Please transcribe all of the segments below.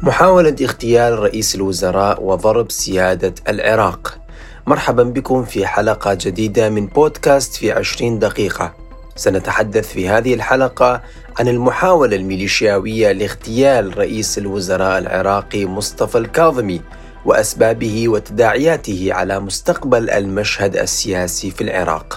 محاولة اغتيال رئيس الوزراء وضرب سيادة العراق. مرحبا بكم في حلقة جديدة من بودكاست في 20 دقيقة. سنتحدث في هذه الحلقة عن المحاولة الميليشياوية لاغتيال رئيس الوزراء العراقي مصطفى الكاظمي وأسبابه وتداعياته على مستقبل المشهد السياسي في العراق.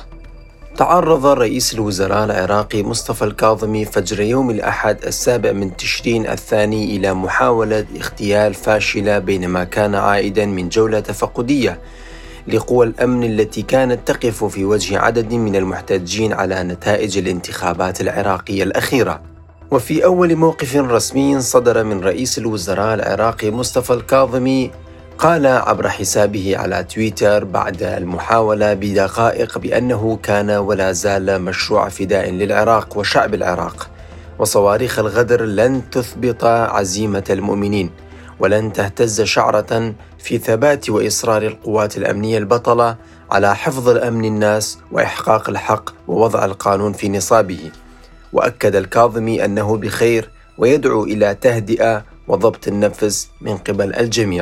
تعرض رئيس الوزراء العراقي مصطفى الكاظمي فجر يوم الأحد 7 تشرين الثاني إلى محاولة اغتيال فاشلة بينما كان عائدا من جولة تفقدية لقوى الأمن التي كانت تقف في وجه عدد من المحتجين على نتائج الانتخابات العراقية الأخيرة. وفي أول موقف رسمي صدر من رئيس الوزراء العراقي مصطفى الكاظمي، قال عبر حسابه على تويتر بعد المحاولة بدقائق بأنه كان ولا زال مشروع فداء للعراق وشعب العراق، وصواريخ الغدر لن تثبط عزيمة المؤمنين ولن تهتز شعرة في ثبات وإصرار القوات الأمنية البطلة على حفظ الأمن الناس وإحقاق الحق ووضع القانون في نصابه. وأكد الكاظمي أنه بخير ويدعو إلى تهدئة وضبط النفس من قبل الجميع.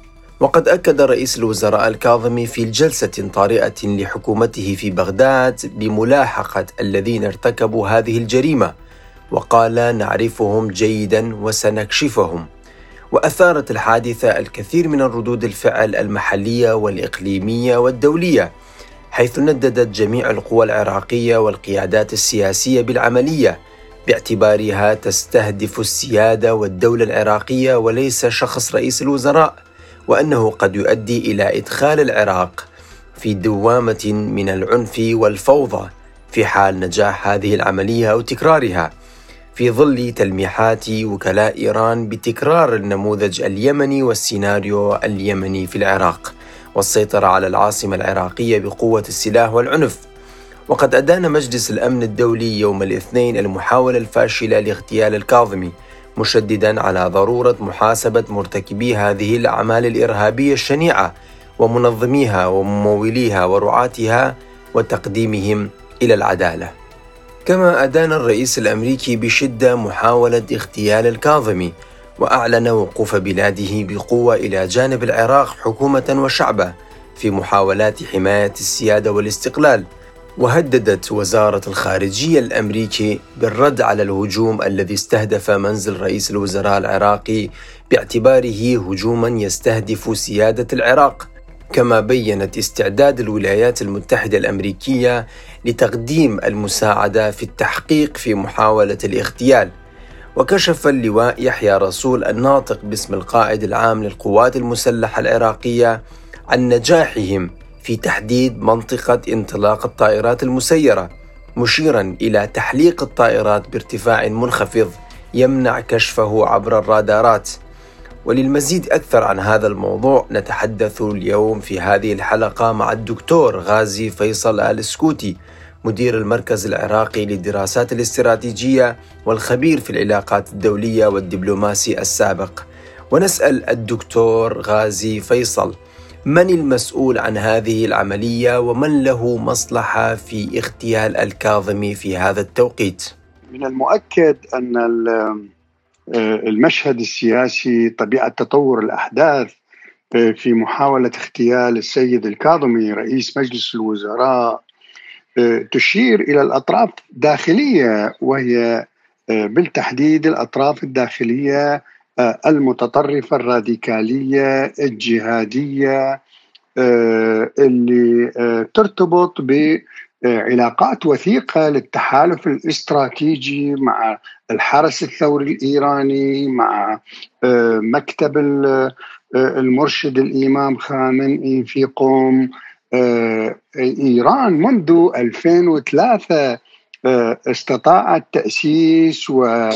وقد أكد رئيس الوزراء الكاظمي في جلسة طارئة لحكومته في بغداد بملاحقة الذين ارتكبوا هذه الجريمة، وقال: نعرفهم جيدا وسنكشفهم. وأثارت الحادثة الكثير من ردود الفعل المحلية والإقليمية والدولية، حيث نددت جميع القوى العراقية والقيادات السياسية بالعملية باعتبارها تستهدف السيادة والدولة العراقية وليس شخص رئيس الوزراء، وأنه قد يؤدي إلى إدخال العراق في دوامة من العنف والفوضى في حال نجاح هذه العملية أو تكرارها، في ظل تلميحات وكلاء إيران بتكرار النموذج اليمني والسيناريو اليمني في العراق والسيطرة على العاصمة العراقية بقوة السلاح والعنف. وقد أدان مجلس الأمن الدولي يوم الاثنين المحاولة الفاشلة لاغتيال الكاظمي، مشددا على ضرورة محاسبة مرتكبي هذه الأعمال الإرهابية الشنيعة ومنظميها ومموليها ورعاتها وتقديمهم إلى العدالة. كما أدان الرئيس الأمريكي بشدة محاولة اغتيال الكاظمي، وأعلن وقوف بلاده بقوة إلى جانب العراق حكومة وشعبه في محاولات حماية السيادة والاستقلال. وهددت وزارة الخارجية الأمريكي بالرد على الهجوم الذي استهدف منزل رئيس الوزراء العراقي باعتباره هجوما يستهدف سيادة العراق. كما بيّنت استعداد الولايات المتحدة الأمريكية لتقديم المساعدة في التحقيق في محاولة الاغتيال. وكشف اللواء يحيى رسول الناطق باسم القائد العام للقوات المسلحة العراقية عن نجاحهم في تحديد منطقة انطلاق الطائرات المسيرة، مشيرا إلى تحليق الطائرات بارتفاع منخفض يمنع كشفه عبر الرادارات. وللمزيد أكثر عن هذا الموضوع نتحدث اليوم في هذه الحلقة مع الدكتور غازي فيصل آل سكوتي، مدير المركز العراقي للدراسات الاستراتيجية والخبير في العلاقات الدولية والدبلوماسي السابق. ونسأل الدكتور غازي فيصل: من المسؤول عن هذه العملية ومن له مصلحة في اغتيال الكاظمي في هذا التوقيت؟ من المؤكد أن المشهد السياسي، طبيعة تطور الأحداث في محاولة اغتيال السيد الكاظمي رئيس مجلس الوزراء تشير إلى الأطراف الداخلية، وهي بالتحديد الأطراف الداخلية المتطرفة الراديكالية الجهادية اللي ترتبط بعلاقات وثيقة للتحالف الاستراتيجي مع الحرس الثوري الإيراني، مع مكتب المرشد الإمام خامنئي في قم. إيران منذ 2003 استطاعت تأسيس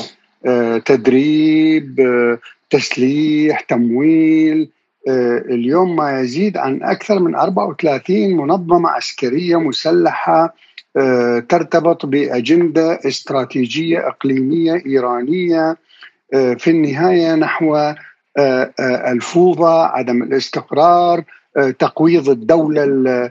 وتدريب، تسليح، تمويل اليوم ما يزيد عن أكثر من 34 منظمة عسكرية مسلحة ترتبط بأجندة استراتيجية إقليمية إيرانية، في النهاية نحو الفوضى، عدم الاستقرار، تقويض الدولة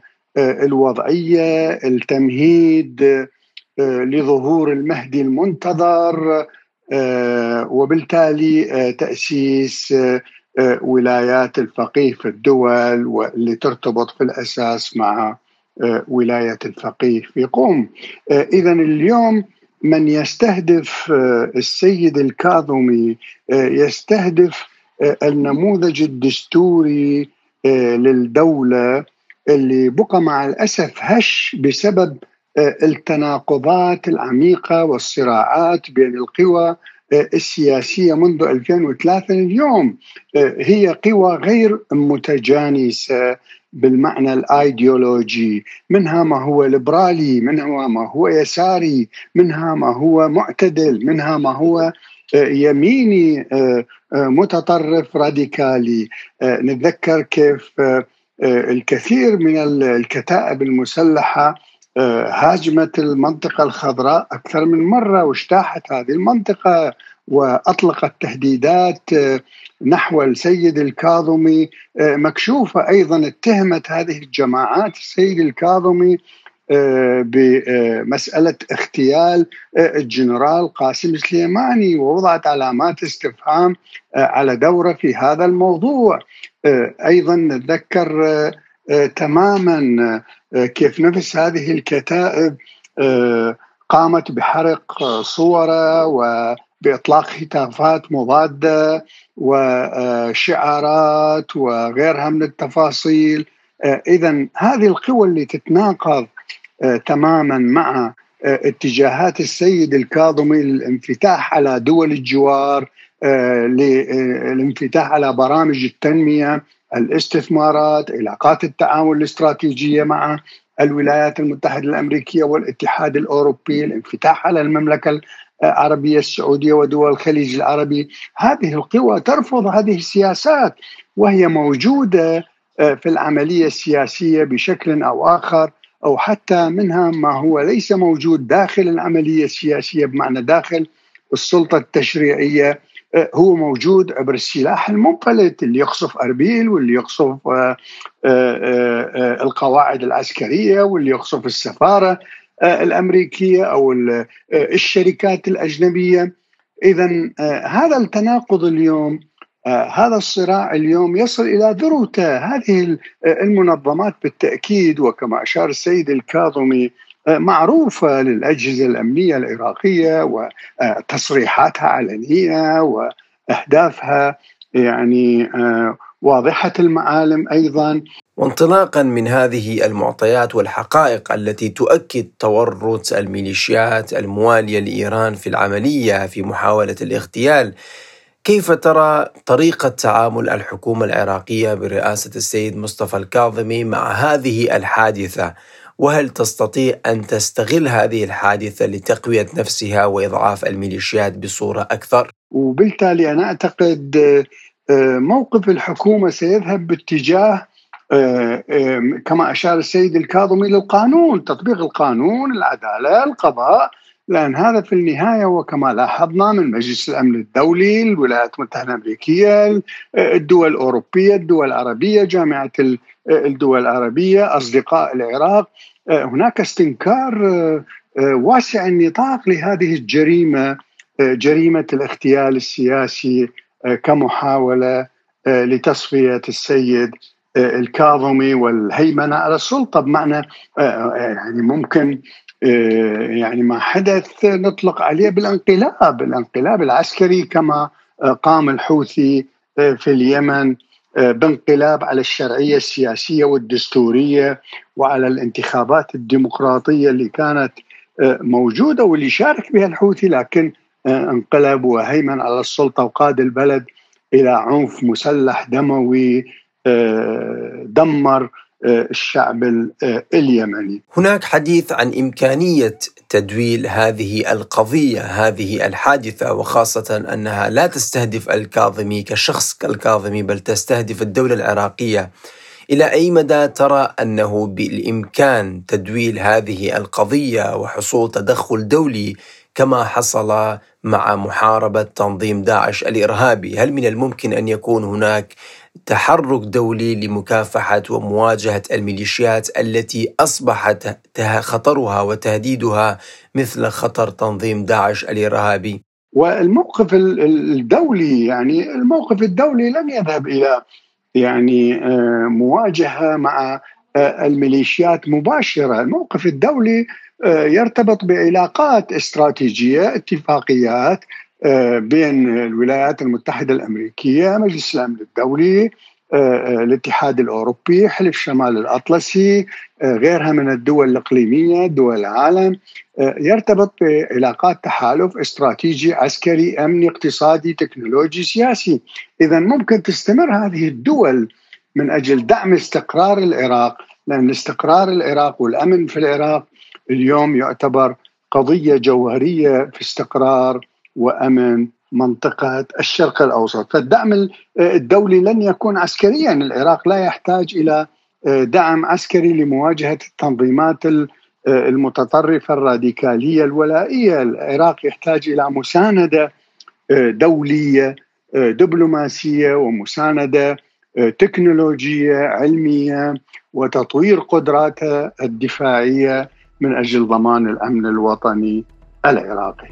الوضعية، التمهيد لظهور المهدي المنتظر، وبالتالي تأسيس ولايات الفقيه في الدول واللي ترتبط في الأساس مع ولاية الفقيه في قم. إذن اليوم من يستهدف السيد الكاظمي يستهدف النموذج الدستوري للدولة اللي بقى مع الأسف هش بسبب التناقضات العميقة والصراعات بين القوى السياسية منذ 2003 اليوم. هي قوى غير متجانسة بالمعنى الأيديولوجي، منها ما هو ليبرالي، منها ما هو يساري، منها ما هو معتدل، منها ما هو يميني متطرف راديكالي. نتذكر كيف الكثير من الكتائب المسلحة هاجمت المنطقة الخضراء أكثر من مرة واجتاحت هذه المنطقة وأطلقت تهديدات نحو السيد الكاظمي مكشوفة. أيضا اتهمت هذه الجماعات السيد الكاظمي بمسألة اغتيال الجنرال قاسم سليماني ووضعت علامات استفهام على دوره في هذا الموضوع. أيضا نتذكر تماما كيف نفس هذه الكتائب قامت بحرق صوره وبإطلاق هتافات مضادة وشعارات وغيرها من التفاصيل. إذن هذه القوى اللي تتناقض تماما مع اتجاهات السيد الكاظمي للانفتاح على دول الجوار، للانفتاح على برامج التنمية، الاستثمارات، علاقات التعاون الاستراتيجية مع الولايات المتحدة الأمريكية والاتحاد الأوروبي، الانفتاح على المملكة العربية السعودية ودول الخليج العربي. هذه القوى ترفض هذه السياسات وهي موجودة في العملية السياسية بشكل أو آخر، أو حتى منها ما هو ليس موجود داخل العملية السياسية بمعنى داخل السلطة التشريعية، هو موجود عبر السلاح المنفلت اللي يقصف أربيل واللي يقصف القواعد العسكرية واللي يقصف السفارة الأمريكية أو الشركات الأجنبية. إذن هذا التناقض اليوم، هذا الصراع اليوم يصل إلى ذروته. هذه المنظمات بالتأكيد وكما أشار السيد الكاظمي معروفة للأجهزة الأمنية العراقية وتصريحاتها علنية وأهدافها يعني واضحة المعالم أيضا. وانطلاقا من هذه المعطيات والحقائق التي تؤكد تورط الميليشيات الموالية لإيران في العملية في محاولة الاغتيال، كيف ترى طريقة تعامل الحكومة العراقية برئاسة السيد مصطفى الكاظمي مع هذه الحادثة؟ وهل تستطيع أن تستغل هذه الحادثة لتقوية نفسها وإضعاف الميليشيات بصورة أكثر؟ وبالتالي أنا أعتقد موقف الحكومة سيذهب باتجاه كما أشار السيد الكاظمي للقانون، تطبيق القانون، العدالة، القضاء، لأن هذا في النهاية وكما لاحظنا من مجلس الأمن الدولي، الولايات المتحدة الأمريكية، الدول الأوروبية، الدول العربية، جامعة الدول العربية، أصدقاء العراق، هناك استنكار واسع النطاق لهذه الجريمة، جريمة الاغتيال السياسي كمحاولة لتصفية السيد الكاظمي والهيمنة على السلطة، بمعنى يعني ممكن يعني ما حدث نطلق عليه الانقلاب العسكري، كما قام الحوثي في اليمن بانقلاب على الشرعية السياسية والدستورية وعلى الانتخابات الديمقراطية اللي كانت موجودة واللي شارك بها الحوثي، لكن انقلب وهيمن على السلطة وقاد البلد إلى عنف مسلح دموي دمر الشعب اليمني. هناك حديث عن إمكانية تدويل هذه القضية، هذه الحادثة، وخاصة أنها لا تستهدف الكاظمي كشخص كالكاظمي بل تستهدف الدولة العراقية. إلى أي مدى ترى أنه بالإمكان تدويل هذه القضية وحصول تدخل دولي كما حصل مع محاربة تنظيم داعش الإرهابي؟ هل من الممكن أن يكون هناك تحرك دولي لمكافحة ومواجهة الميليشيات التي أصبحت خطرها وتهديدها مثل خطر تنظيم داعش الإرهابي؟ والموقف الدولي، يعني الموقف الدولي لم يذهب إلى مواجهة مع الميليشيات مباشرة. الموقف الدولي يرتبط بعلاقات استراتيجية، اتفاقيات بين الولايات المتحدة الأمريكية، مجلس الأمن الدولي، الاتحاد الأوروبي، حلف شمال الأطلسي، غيرها من الدول الإقليمية، دول العالم، يرتبط بعلاقات تحالف استراتيجي عسكري أمني اقتصادي تكنولوجي سياسي. إذن ممكن تستمر هذه الدول من أجل دعم استقرار العراق، لأن استقرار العراق والأمن في العراق اليوم يعتبر قضية جوهرية في استقرار وأمن منطقة الشرق الأوسط. فالدعم الدولي لن يكون عسكريا. العراق لا يحتاج إلى دعم عسكري لمواجهة التنظيمات المتطرفة الراديكالية الولائية. العراق يحتاج إلى مساندة دولية دبلوماسية ومساندة تكنولوجية علمية وتطوير قدراتها الدفاعية من أجل ضمان الأمن الوطني العراقي.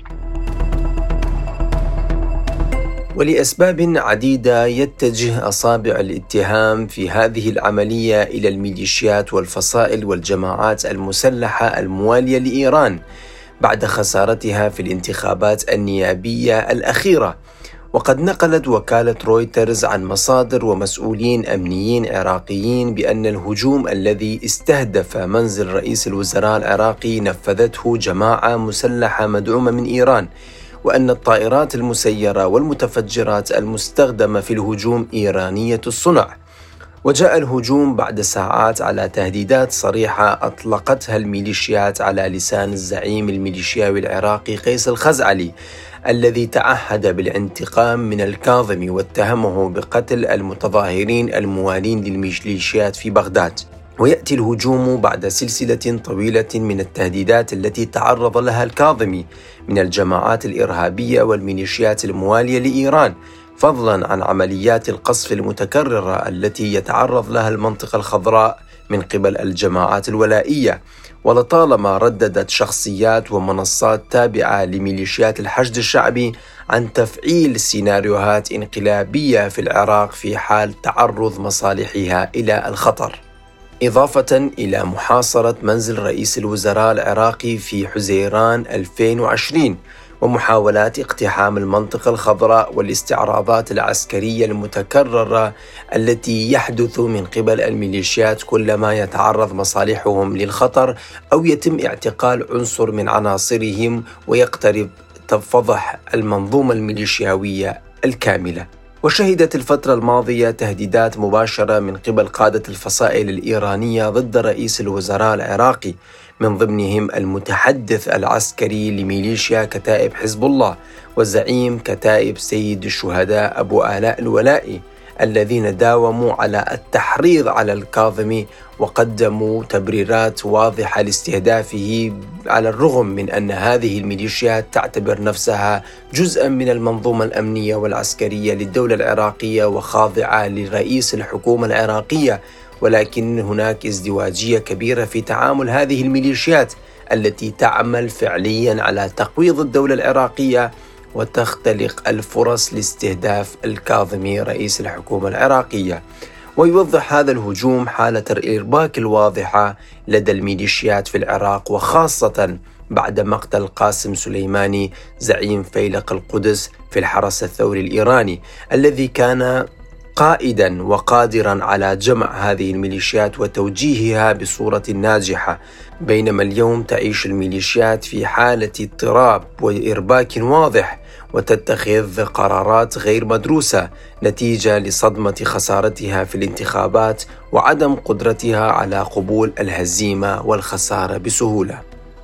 ولأسباب عديدة يتجه أصابع الاتهام في هذه العملية إلى الميليشيات والفصائل والجماعات المسلحة الموالية لإيران بعد خسارتها في الانتخابات النيابية الأخيرة. وقد نقلت وكالة رويترز عن مصادر ومسؤولين أمنيين عراقيين بأن الهجوم الذي استهدف منزل رئيس الوزراء العراقي نفذته جماعة مسلحة مدعومة من إيران، وأن الطائرات المسيرة والمتفجرات المستخدمة في الهجوم إيرانية الصنع. وجاء الهجوم بعد ساعات على تهديدات صريحة أطلقتها الميليشيات على لسان الزعيم الميليشياوي العراقي قيس الخزعلي، الذي تعهد بالانتقام من الكاظمي واتهمه بقتل المتظاهرين الموالين للميليشيات في بغداد. ويأتي الهجوم بعد سلسلة طويلة من التهديدات التي تعرض لها الكاظمي من الجماعات الإرهابية والميليشيات الموالية لإيران، فضلا عن عمليات القصف المتكررة التي يتعرض لها المنطقة الخضراء من قبل الجماعات الولائية. ولطالما رددت شخصيات ومنصات تابعة لميليشيات الحشد الشعبي عن تفعيل سيناريوهات انقلابية في العراق في حال تعرض مصالحها إلى الخطر، إضافة إلى محاصرة منزل رئيس الوزراء العراقي في حزيران 2020 ومحاولات اقتحام المنطقة الخضراء والاستعراضات العسكرية المتكررة التي يحدث من قبل الميليشيات كلما يتعرض مصالحهم للخطر أو يتم اعتقال عنصر من عناصرهم ويقترب فضح المنظومة الميليشياوية الكاملة. وشهدت الفترة الماضية تهديدات مباشرة من قبل قادة الفصائل الإيرانية ضد رئيس الوزراء العراقي، من ضمنهم المتحدث العسكري لميليشيا كتائب حزب الله وزعيم كتائب سيد الشهداء أبو آلاء الولائي، الذين داوموا على التحريض على الكاظمي وقدموا تبريرات واضحة لاستهدافه، على الرغم من أن هذه الميليشيات تعتبر نفسها جزءا من المنظومة الأمنية والعسكرية للدولة العراقية وخاضعة لرئيس الحكومة العراقية. ولكن هناك ازدواجية كبيرة في تعامل هذه الميليشيات التي تعمل فعليا على تقويض الدولة العراقية وتختلق الفرص لاستهداف الكاظمي رئيس الحكومة العراقية. ويوضح هذا الهجوم حالة الإرباك الواضحة لدى الميليشيات في العراق، وخاصة بعد مقتل قاسم سليماني زعيم فيلق القدس في الحرس الثوري الإيراني، الذي كان قائدا وقادرا على جمع هذه الميليشيات وتوجيهها بصورة ناجحة. بينما اليوم تعيش الميليشيات في حالة اضطراب وإرباك واضح وتتخذ قرارات غير مدروسة نتيجة لصدمة خسارتها في الانتخابات وعدم قدرتها على قبول الهزيمة والخسارة بسهولة.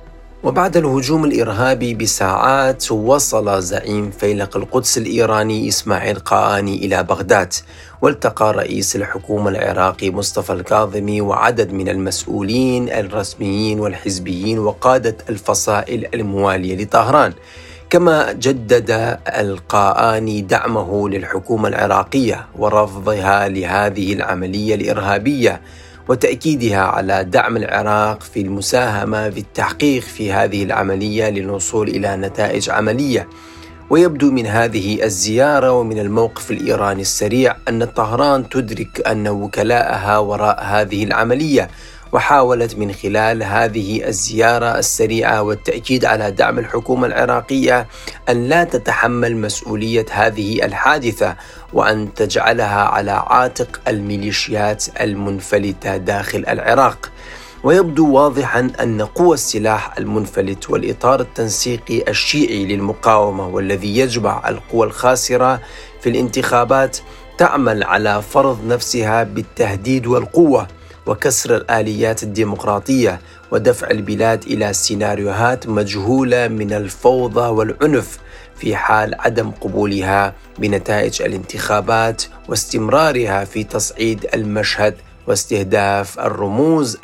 وبعد الهجوم الإرهابي بساعات وصل زعيم فيلق القدس الإيراني إسماعيل قاآني إلى بغداد، والتقى رئيس الحكومة العراقي مصطفى الكاظمي وعدد من المسؤولين الرسميين والحزبيين وقادة الفصائل الموالية لطهران. كما جدد القاآني دعمه للحكومة العراقية ورفضها لهذه العملية الإرهابية، وتأكيدها على دعم العراق في المساهمة في التحقيق في هذه العملية للوصول إلى نتائج عملية. ويبدو من هذه الزيارة ومن الموقف الإيراني السريع أن طهران تدرك أن وكلاءها وراء هذه العملية، وحاولت من خلال هذه الزيارة السريعة والتأكيد على دعم الحكومة العراقية أن لا تتحمل مسؤولية هذه الحادثة، وأن تجعلها على عاتق الميليشيات المنفلتة داخل العراق. ويبدو واضحا أن قوى السلاح المنفلت والإطار التنسيقي الشيعي للمقاومة والذي يجمع القوى الخاسرة في الانتخابات تعمل على فرض نفسها بالتهديد والقوة وكسر الآليات الديمقراطية ودفع البلاد إلى سيناريوهات مجهولة من الفوضى والعنف في حال عدم قبولها بنتائج الانتخابات واستمرارها في تصعيد المشهد واستهداف الرموز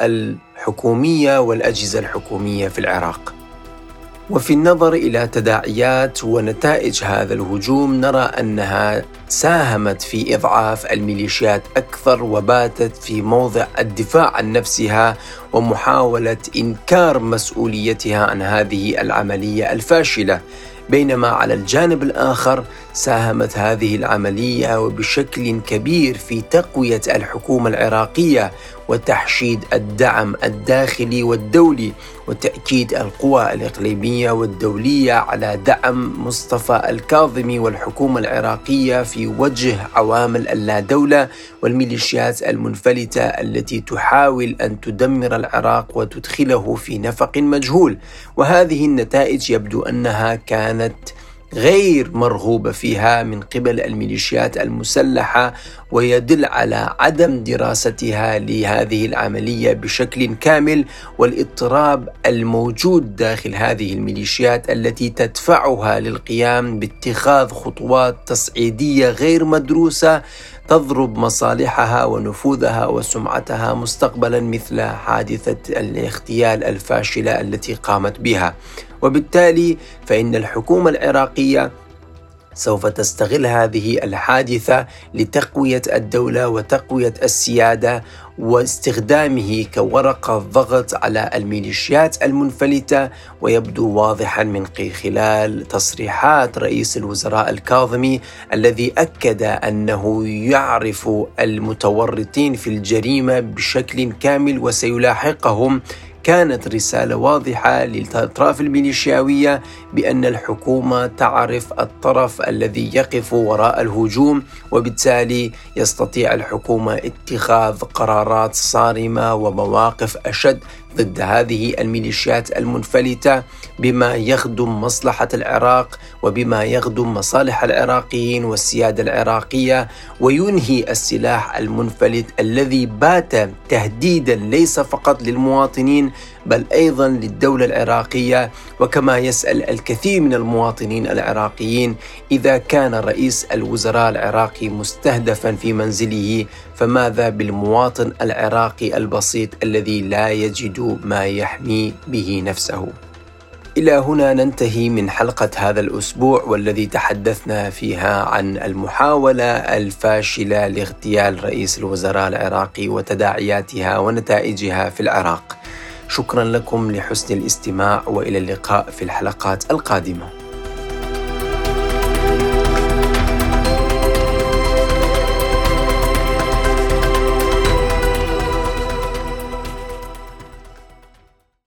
الحكومية والأجهزة الحكومية في العراق. وفي النظر إلى تداعيات ونتائج هذا الهجوم نرى أنها ساهمت في إضعاف الميليشيات أكثر وباتت في موضع الدفاع عن نفسها ومحاولة إنكار مسؤوليتها عن هذه العملية الفاشلة، بينما على الجانب الآخر ساهمت هذه العملية وبشكل كبير في تقوية الحكومة العراقية وتحشيد الدعم الداخلي والدولي وتأكيد القوى الإقليمية والدولية على دعم مصطفى الكاظمي والحكومة العراقية في وجه عوامل اللادولة والميليشيات المنفلتة التي تحاول أن تدمر العراق وتدخله في نفق مجهول. وهذه النتائج يبدو أنها كانت غير مرغوبة فيها من قبل الميليشيات المسلحة، ويدل على عدم دراستها لهذه العملية بشكل كامل والاضطراب الموجود داخل هذه الميليشيات التي تدفعها للقيام باتخاذ خطوات تصعيدية غير مدروسة تضرب مصالحها ونفوذها وسمعتها مستقبلا، مثل حادثة الاغتيال الفاشلة التي قامت بها. وبالتالي فإن الحكومة العراقية سوف تستغل هذه الحادثة لتقوية الدولة وتقوية السيادة واستخدامه كورقة ضغط على الميليشيات المنفلتة. ويبدو واضحا من خلال تصريحات رئيس الوزراء الكاظمي الذي أكد أنه يعرف المتورطين في الجريمة بشكل كامل وسيلاحقهم، كانت رسالة واضحة للأطراف الميليشياوية بأن الحكومة تعرف الطرف الذي يقف وراء الهجوم، وبالتالي يستطيع الحكومة اتخاذ قرارات صارمة ومواقف أشد ضد هذه الميليشيات المنفلتة بما يخدم مصلحة العراق وبما يخدم مصالح العراقيين والسيادة العراقية، وينهي السلاح المنفلت الذي بات تهديدا ليس فقط للمواطنين بل أيضا للدولة العراقية. وكما يسأل الكثير من المواطنين العراقيين إذا كان رئيس الوزراء العراقي مستهدفا في منزله، فماذا بالمواطن العراقي البسيط الذي لا يجد ما يحمي به نفسه؟ إلى هنا ننتهي من حلقة هذا الأسبوع، والذي تحدثنا فيها عن المحاولة الفاشلة لاغتيال رئيس الوزراء العراقي وتداعياتها ونتائجها في العراق. شكرا لكم لحسن الاستماع، وإلى اللقاء في الحلقات القادمة.